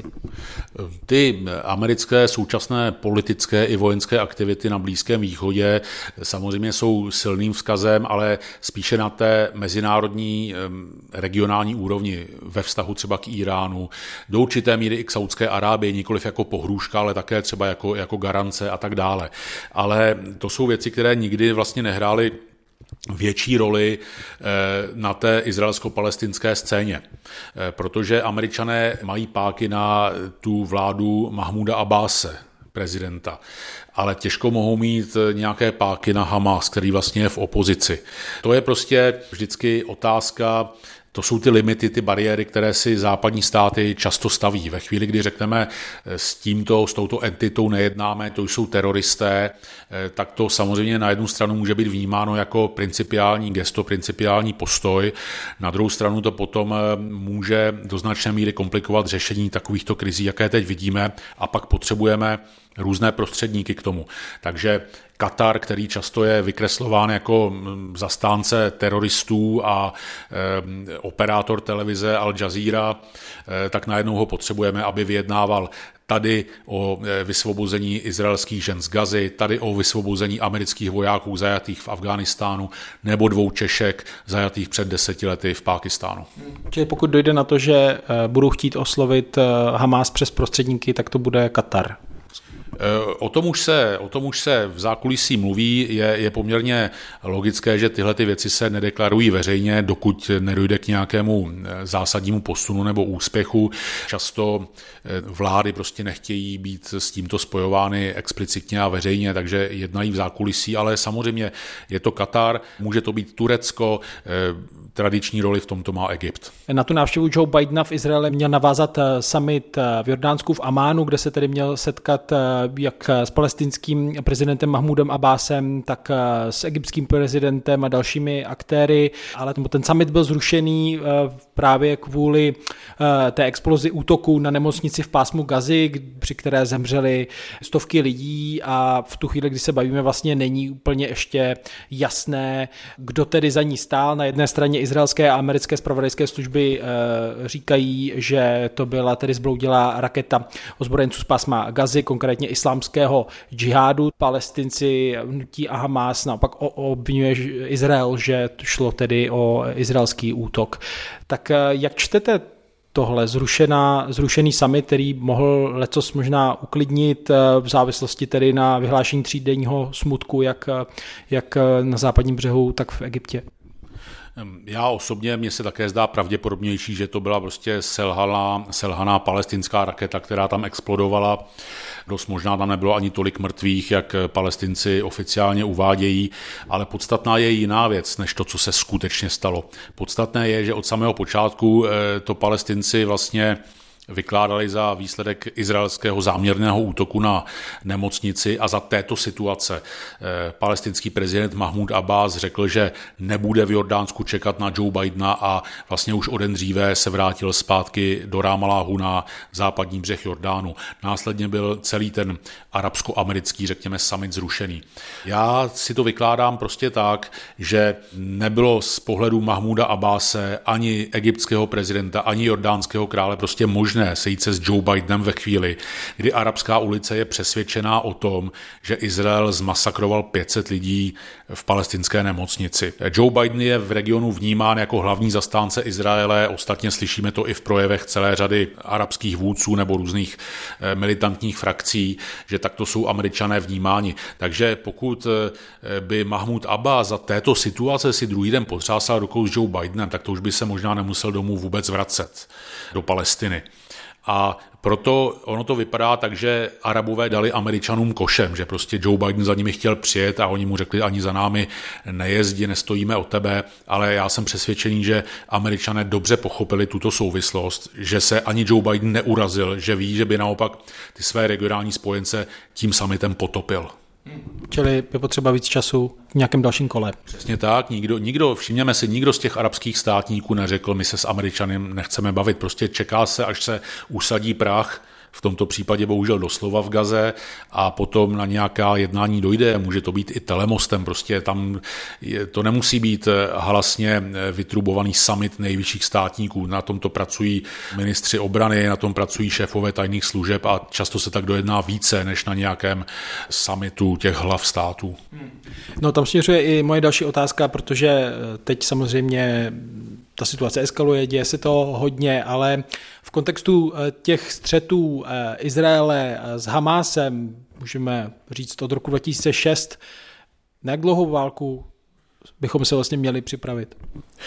Ty americké současné politické i vojenské aktivity na Blízkém východě samozřejmě jsou silným vzkazem, ale spíše na té mezinárodní regionální úrovni ve vztahu třeba k Íránu, do určité míry i k Saudské Arábii, nikoliv jako pohrůžka, ale také třeba jako, jako garance a tak dále. Ale to jsou věci, které nikdy vlastně nehrály větší roli na té izraelsko-palestinské scéně, protože Američané mají páky na tu vládu Mahmúda Abbáse, prezidenta, ale těžko mohou mít nějaké páky na Hamas, který vlastně je v opozici. To je prostě vždycky otázka. To jsou ty limity, ty bariéry, které si západní státy často staví. Ve chvíli, kdy řekneme s tímto, s touto entitou nejednáme, to jsou teroristé, tak to samozřejmě na jednu stranu může být vnímáno jako principiální gesto, principiální postoj. Na druhou stranu to potom může do značné míry komplikovat řešení takovýchto krizí, jaké teď vidíme, a pak potřebujeme různé prostředníky k tomu. Takže Katar, který často je vykreslován jako zastánce teroristů a e, operátor televize Al Jazeera, e, tak najednou ho potřebujeme, aby vyjednával tady o vysvobození izraelských žen z Gazy, tady o vysvobození amerických vojáků zajatých v Afghánistánu nebo dvou Češek zajatých před deseti lety v Pákistánu. Čili pokud dojde na to, že budou chtít oslovit Hamás přes prostředníky, tak to bude Katar. O tom už se, o tom už se v zákulisí mluví, je, je poměrně logické, že tyhle ty věci se nedeklarují veřejně, dokud nedojde k nějakému zásadnímu posunu nebo úspěchu. Často vlády prostě nechtějí být s tímto spojovány explicitně a veřejně, takže jednají v zákulisí, ale samozřejmě je to Katar, může to být Turecko, tradiční roli v tomto má Egypt. Na tu návštěvu Joe Bidena v Izraeli měl navázat summit v Jordánsku v Amánu, kde se tedy měl setkat jak s palestinským prezidentem Mahmúdem Abbásem, tak s egyptským prezidentem a dalšími aktéry, ale ten summit byl zrušený právě kvůli té explozi útoku na nemocnici v pásmu Gazy, při které zemřely stovky lidí, a v tu chvíli, kdy se bavíme, vlastně není úplně ještě jasné, kdo tedy za ní stál. Na jedné straně izraelské a americké zpravodajské služby říkají, že to byla tedy zbloudilá raketa ozbrojenců z pásma Gazy, konkrétně islámského džihádu. Palestinci, hnutí a Hamás naopak obvinuje Izrael, že šlo tedy o izraelský útok. Tak jak čtete tohle zrušená, zrušený summit, který mohl lecos možná uklidnit v závislosti tedy na vyhlášení třídenního smutku, jak, jak na západním břehu, tak v Egyptě? Já osobně, mně se také zdá pravděpodobnější, že to byla prostě selhaná, selhaná palestinská raketa, která tam explodovala. Dost možná tam nebylo ani tolik mrtvých, jak Palestinci oficiálně uvádějí, ale podstatná je jiná věc, než to, co se skutečně stalo. Podstatné je, že od samého počátku to Palestinci vlastně vykládali za výsledek izraelského záměrného útoku na nemocnici, a za této situace palestinský prezident Mahmúd Abbás řekl, že nebude v Jordánsku čekat na Joe Bidena, a vlastně už o den dříve se vrátil zpátky do Rámaláhu na západní břeh Jordánu. Následně byl celý ten arabsko-americký, řekněme, summit zrušený. Já si to vykládám prostě tak, že nebylo z pohledu Mahmúda Abbáse ani egyptského prezidenta, ani jordánského krále prostě možné možné sejít se s Joe Bidenem ve chvíli, kdy arabská ulice je přesvědčená o tom, že Izrael zmasakroval pět set lidí v palestinské nemocnici. Joe Biden je v regionu vnímán jako hlavní zastánce Izraele, ostatně slyšíme to i v projevech celé řady arabských vůdců nebo různých militantních frakcí, že takto jsou Američané vnímáni. Takže pokud by Mahmud Abbas za této situace si druhý den potřásal rukou s Joe Bidenem, tak to už by se možná nemusel domů vůbec vracet do Palestiny. A proto ono to vypadá tak, že Arabové dali Američanům košem, že prostě Joe Biden za nimi chtěl přijet a oni mu řekli, ani za námi nejezdí, nestojíme o tebe, ale já jsem přesvědčený, že Američané dobře pochopili tuto souvislost, že se ani Joe Biden neurazil, že ví, že by naopak ty své regionální spojence tím summitem potopil. Čili je potřeba víc času v nějakém dalším kole. Přesně tak, nikdo, nikdo, všimněme si, nikdo z těch arabských státníků neřekl, my se s Američanem nechceme bavit, prostě čeká se, až se usadí prach, v tomto případě bohužel doslova v Gaze, a potom na nějaká jednání dojde, může to být i telemostem, prostě tam je, to nemusí být hlasně vytrubovaný summit nejvyšších státníků, na tomto pracují ministři obrany, na tom pracují šéfové tajných služeb a často se tak dojedná více, než na nějakém summitu těch hlav států. No tam směřuje i moje další otázka, protože teď samozřejmě ta situace eskaluje, děje se to hodně, ale v kontextu těch střetů Izraele s Hamásem, můžeme říct od roku dva tisíce šest, na jak dlouhou válku bychom se vlastně měli připravit?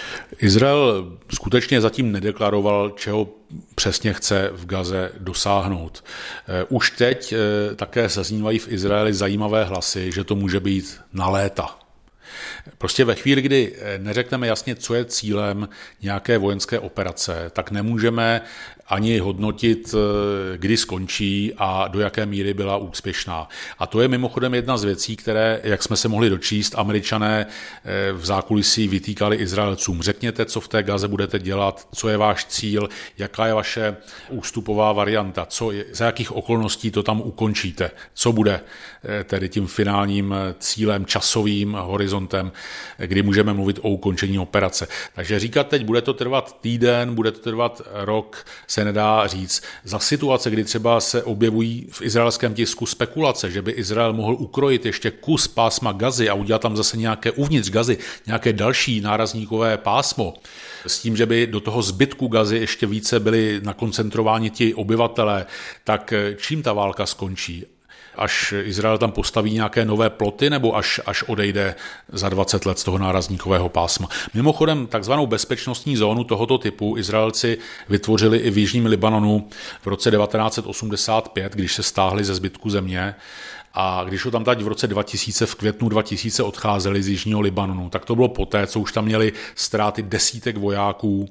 Izrael skutečně zatím nedeklaroval, čeho přesně chce v Gaze dosáhnout. Už teď také zaznívají v Izraeli zajímavé hlasy, že to může být na léta. Prostě ve chvíli, kdy neřekneme jasně, co je cílem nějaké vojenské operace, tak nemůžeme ani hodnotit, kdy skončí a do jaké míry byla úspěšná. A to je mimochodem jedna z věcí, které, jak jsme se mohli dočíst, Američané v zákulisí vytýkali Izraelcům. Řekněte, co v té Gaze budete dělat, co je váš cíl, jaká je vaše ústupová varianta, co je, za jakých okolností to tam ukončíte, co bude tedy tím finálním cílem, časovým horizontem, kdy můžeme mluvit o ukončení operace. Takže říkat teď, bude to trvat týden, bude to trvat rok, se nedá říct. Za situace, kdy třeba se objevují v izraelském tisku spekulace, že by Izrael mohl ukrojit ještě kus pásma Gazy a udělat tam zase nějaké uvnitř Gazy, nějaké další nárazníkové pásmo, s tím, že by do toho zbytku Gazy ještě více byli nakoncentrováni ti obyvatelé, tak čím ta válka skončí? Až Izrael tam postaví nějaké nové ploty, nebo až, až odejde za dvacet let z toho nárazníkového pásma. Mimochodem, takzvanou bezpečnostní zónu tohoto typu Izraelci vytvořili i v jižním Libanonu v roce devatenáct set osmdesát pět, když se stáhli ze zbytku země. A když ho tam teď v roce dva tisíce, v květnu dva tisíce odcházeli z jižního Libanonu, tak to bylo poté, co už tam měli ztráty desítek vojáků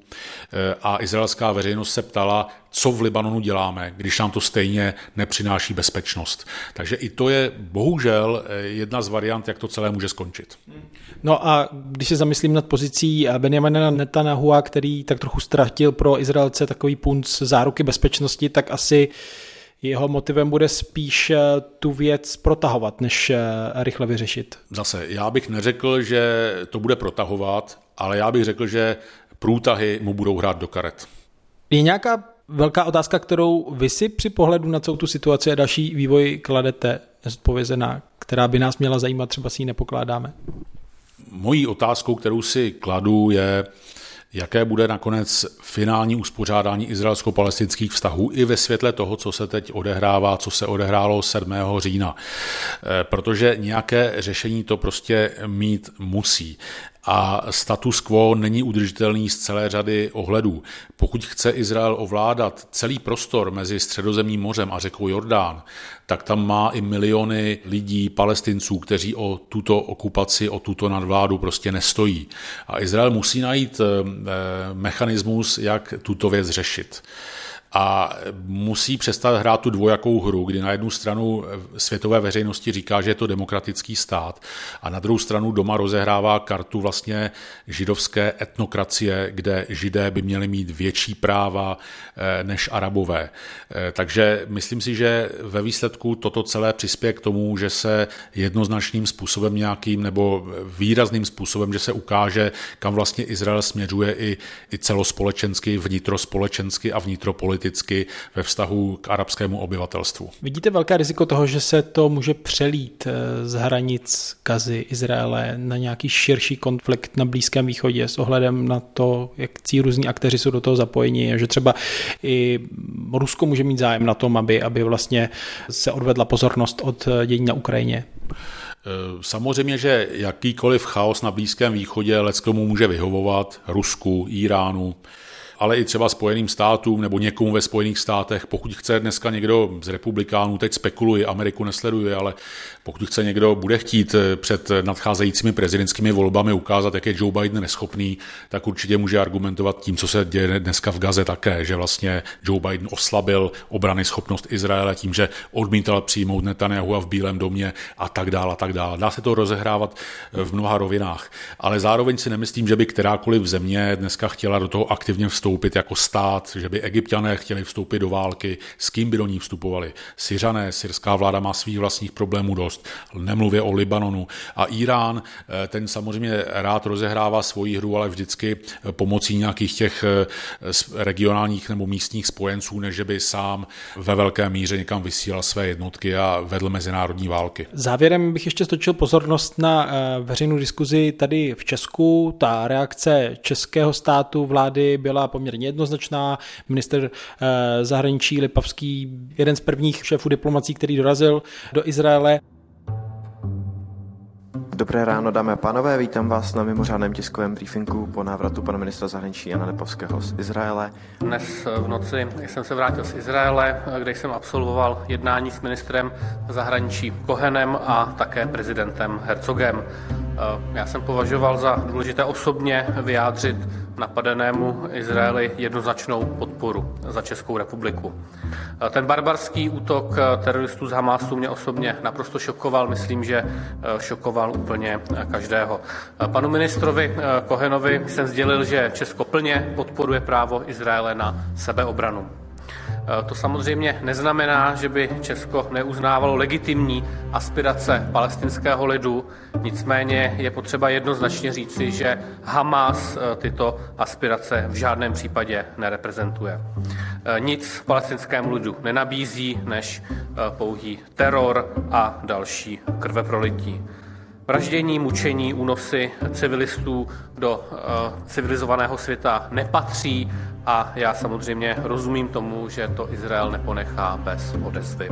a izraelská veřejnost se ptala, co v Libanonu děláme, když nám to stejně nepřináší bezpečnost. Takže i to je bohužel jedna z variant, jak to celé může skončit. No a když se zamyslím nad pozicí Benjamina Netanyahua, který tak trochu ztratil pro Izraelce takový punc záruky bezpečnosti, tak asi jeho motivem bude spíš tu věc protahovat, než rychle vyřešit. Zase, já bych neřekl, že to bude protahovat, ale já bych řekl, že průtahy mu budou hrát do karet. Je nějaká velká otázka, kterou vy si při pohledu na celou tu situaci a další vývoj kladete nezodpovězená, která by nás měla zajímat, třeba si ji nepokládáme? Mojí otázkou, kterou si kladu, je, jaké bude nakonec finální uspořádání izraelsko-palestinských vztahů i ve světle toho, co se teď odehrává, co se odehrálo sedmého října. Protože nějaké řešení to prostě mít musí. A status quo není udržitelný z celé řady ohledů. Pokud chce Izrael ovládat celý prostor mezi Středozemním mořem a řekou Jordán, tak tam má i miliony lidí, Palestinců, kteří o tuto okupaci, o tuto nadvládu prostě nestojí. A Izrael musí najít mechanismus, jak tuto věc řešit. A musí přestat hrát tu dvojakou hru, kdy na jednu stranu světové veřejnosti říká, že je to demokratický stát a na druhou stranu doma rozehrává kartu vlastně židovské etnokracie, kde Židé by měli mít větší práva než Arabové. Takže myslím si, že ve výsledku toto celé přispěje k tomu, že se jednoznačným způsobem nějakým nebo výrazným způsobem, že se ukáže, kam vlastně Izrael směřuje i, i celospolečensky, vnitrospolečensky a vnitropoliticky. geopoliticky ve vztahu k arabskému obyvatelstvu. Vidíte velké riziko toho, že se to může přelít z hranic Gazy, Izraele na nějaký širší konflikt na Blízkém východě s ohledem na to, jak tí různí aktéři jsou do toho zapojeni a že třeba i Rusko může mít zájem na tom, aby, aby vlastně se odvedla pozornost od dění na Ukrajině? Samozřejmě, že jakýkoliv chaos na Blízkém východě leckomu může vyhovovat Rusku, Iránu, ale i třeba Spojeným státům nebo někomu ve Spojených státech. Pokud chce dneska někdo z republikánů, teď spekuluje, Ameriku nesleduje, ale pokud chce někdo, bude chtít před nadcházejícími prezidentskými volbami ukázat, jak je Joe Biden neschopný, tak určitě může argumentovat tím, co se děje dneska v Gaze také, že vlastně Joe Biden oslabil obrany schopnost Izraele tím, že odmítal přijmout Netanyahua v Bílém domě a tak dále a tak dále. Dá se to rozehrávat v mnoha rovinách, ale zároveň si nemyslím, že by kterákoliv země dneska chtěla do toho aktivně vstoupit jako stát, že by Egypťané chtěli vstoupit do války, s kým by do ní vstupovali. Syřané, syrská vláda má svých vlastních problémů dost, nemluvě o Libanonu. A Irán, ten samozřejmě rád rozehrává svoji hru, ale vždycky pomocí nějakých těch regionálních nebo místních spojenců, než že by sám ve velké míře někam vysílal své jednotky a vedl mezinárodní války. Závěrem bych ještě stočil pozornost na veřejnou diskuzi tady v Česku. Ta reakce českého státu, vlády byla poměrně jednoznačná. Minister zahraničí Lipavský, jeden z prvních šéfů diplomací, který dorazil do Izraele. Dobré ráno, dámy a pánové, vítám vás na mimořádném tiskovém briefingu po návratu pana ministra zahraničí Jana Lipavského z Izraele. Dnes v noci jsem se vrátil z Izraele, kde jsem absolvoval jednání s ministrem zahraničí Cohenem a také prezidentem Herzogem. Já jsem považoval za důležité osobně vyjádřit napadenému Izraeli jednoznačnou podporu za Českou republiku. Ten barbarský útok teroristů z Hamásu mě osobně naprosto šokoval, myslím, že šokoval úplně každého. Panu ministrovi Cohenovi jsem sdělil, že Česko plně podporuje právo Izraele na sebeobranu. To samozřejmě neznamená, že by Česko neuznávalo legitimní aspirace palestinského lidu, nicméně je potřeba jednoznačně říci, že Hamás tyto aspirace v žádném případě nereprezentuje. Nic palestinskému lidu nenabízí než pouhý teror a další krveprolití. Vraždění, mučení, únosy civilistů do uh, civilizovaného světa nepatří a já samozřejmě rozumím tomu, že to Izrael neponechá bez odezvy.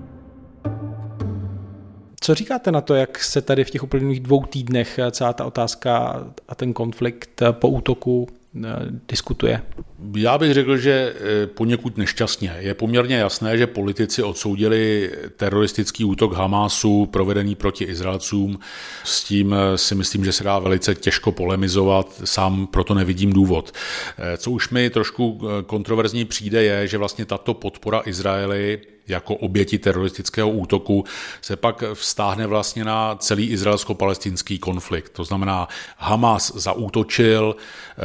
Co říkáte na to, jak se tady v těch uplynulých dvou týdnech celá ta otázka a ten konflikt po útoku diskutuje? Já bych řekl, že poněkud nešťastně. Je poměrně jasné, že politici odsoudili teroristický útok Hamásu provedený proti Izraelcům. S tím si myslím, že se dá velice těžko polemizovat, sám proto nevidím důvod. Co už mi trošku kontroverzní přijde je, že vlastně tato podpora Izraeli jako oběti teroristického útoku se pak vztáhne vlastně na celý izraelsko-palestinský konflikt. To znamená, Hamas zaútočil,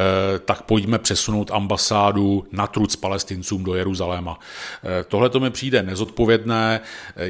tak pojďme přesunout ambasádu na truc Palestincům do Jeruzaléma. Tohle to mi přijde nezodpovědné.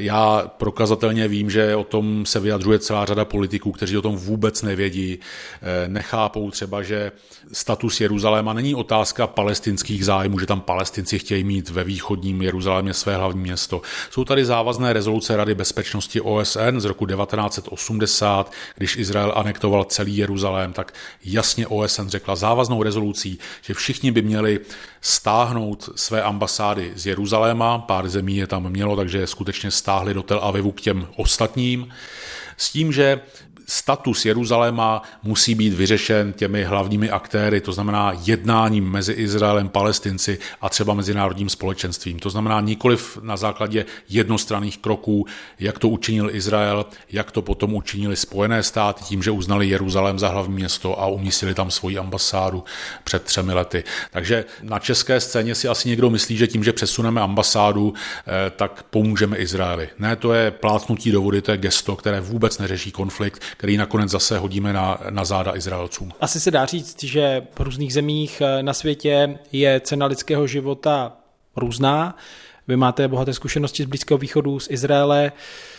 Já prokazatelně vím, že o tom se vyjadřuje celá řada politiků, kteří o tom vůbec nevědí. Nechápou třeba, že status Jeruzaléma není otázka palestinských zájmů, že tam Palestinci chtějí mít ve východním Jeruzalémě své hlavní město. Jsou tady závazné rezoluce Rady bezpečnosti O S N z roku devatenáct set osmdesát, když Izrael anektoval celý Jeruzalém, tak jasně O S N řekla závaznou rezolucí, že všichni by měli stáhnout své ambasády z Jeruzaléma, pár zemí je tam mělo, takže skutečně stáhli do Tel Avivu k těm ostatním, s tím, že status Jeruzaléma musí být vyřešen těmi hlavními aktéry, to znamená jednáním mezi Izraelem, Palestinci a třeba mezinárodním společenstvím. To znamená nikoliv na základě jednostranných kroků, jak to učinil Izrael, jak to potom učinili Spojené státy tím, že uznali Jeruzalém za hlavní město a umístili tam svoji ambasádu před třemi lety. Takže na české scéně si asi někdo myslí, že tím, že přesuneme ambasádu, tak pomůžeme Izraeli. Ne, to je plácnutí do vody, to je gesto, které vůbec neřeší konflikt, který nakonec zase hodíme na, na záda Izraelcům. Asi se dá říct, že v různých zemích na světě je cena lidského života různá. Vy máte bohaté zkušenosti z Blízkého východu, z Izraele.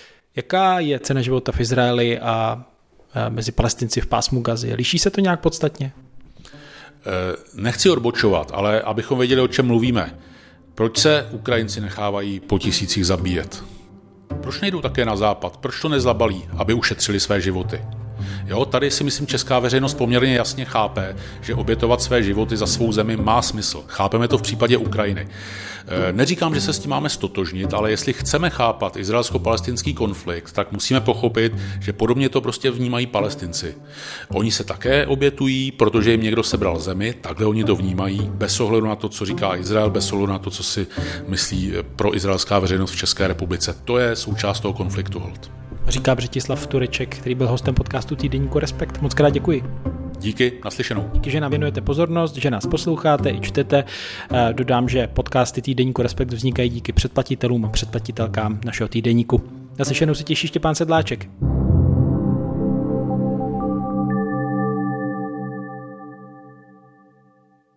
Jaká je cena života v Izraeli a mezi Palestinci v pásmu Gazy? Liší se to nějak podstatně? Nechci odbočovat, ale abychom věděli, o čem mluvíme. Proč se Ukrajinci nechávají po tisících zabíjet? Proč nejdou také na západ? Proč to nezabalí, aby ušetřili své životy? Jo, tady si myslím, česká veřejnost poměrně jasně chápe, že obětovat své životy za svou zemi má smysl. Chápeme to v případě Ukrajiny. Neříkám, že se s tím máme stotožnit, ale jestli chceme chápat izraelsko-palestinský konflikt, tak musíme pochopit, že podobně to prostě vnímají Palestinci. Oni se také obětují, protože jim někdo sebral zemi, takhle oni to vnímají, bez ohledu na to, co říká Izrael, bez ohledu na to, co si myslí pro izraelská veřejnost v České republice. To je součást toho konfliktu hold. Říká Břetislav Tureček, který byl hostem podcastu Týdeníku Respekt. Moc krát děkuji. Díky, naslyšenou. Díky, že nám věnujete pozornost, že nás posloucháte i čtete. Dodám, že podcasty Týdeníku Respekt vznikají díky předplatitelům a předplatitelkám našeho týdeníku. Naslyšenou se těší Štěpán Sedláček.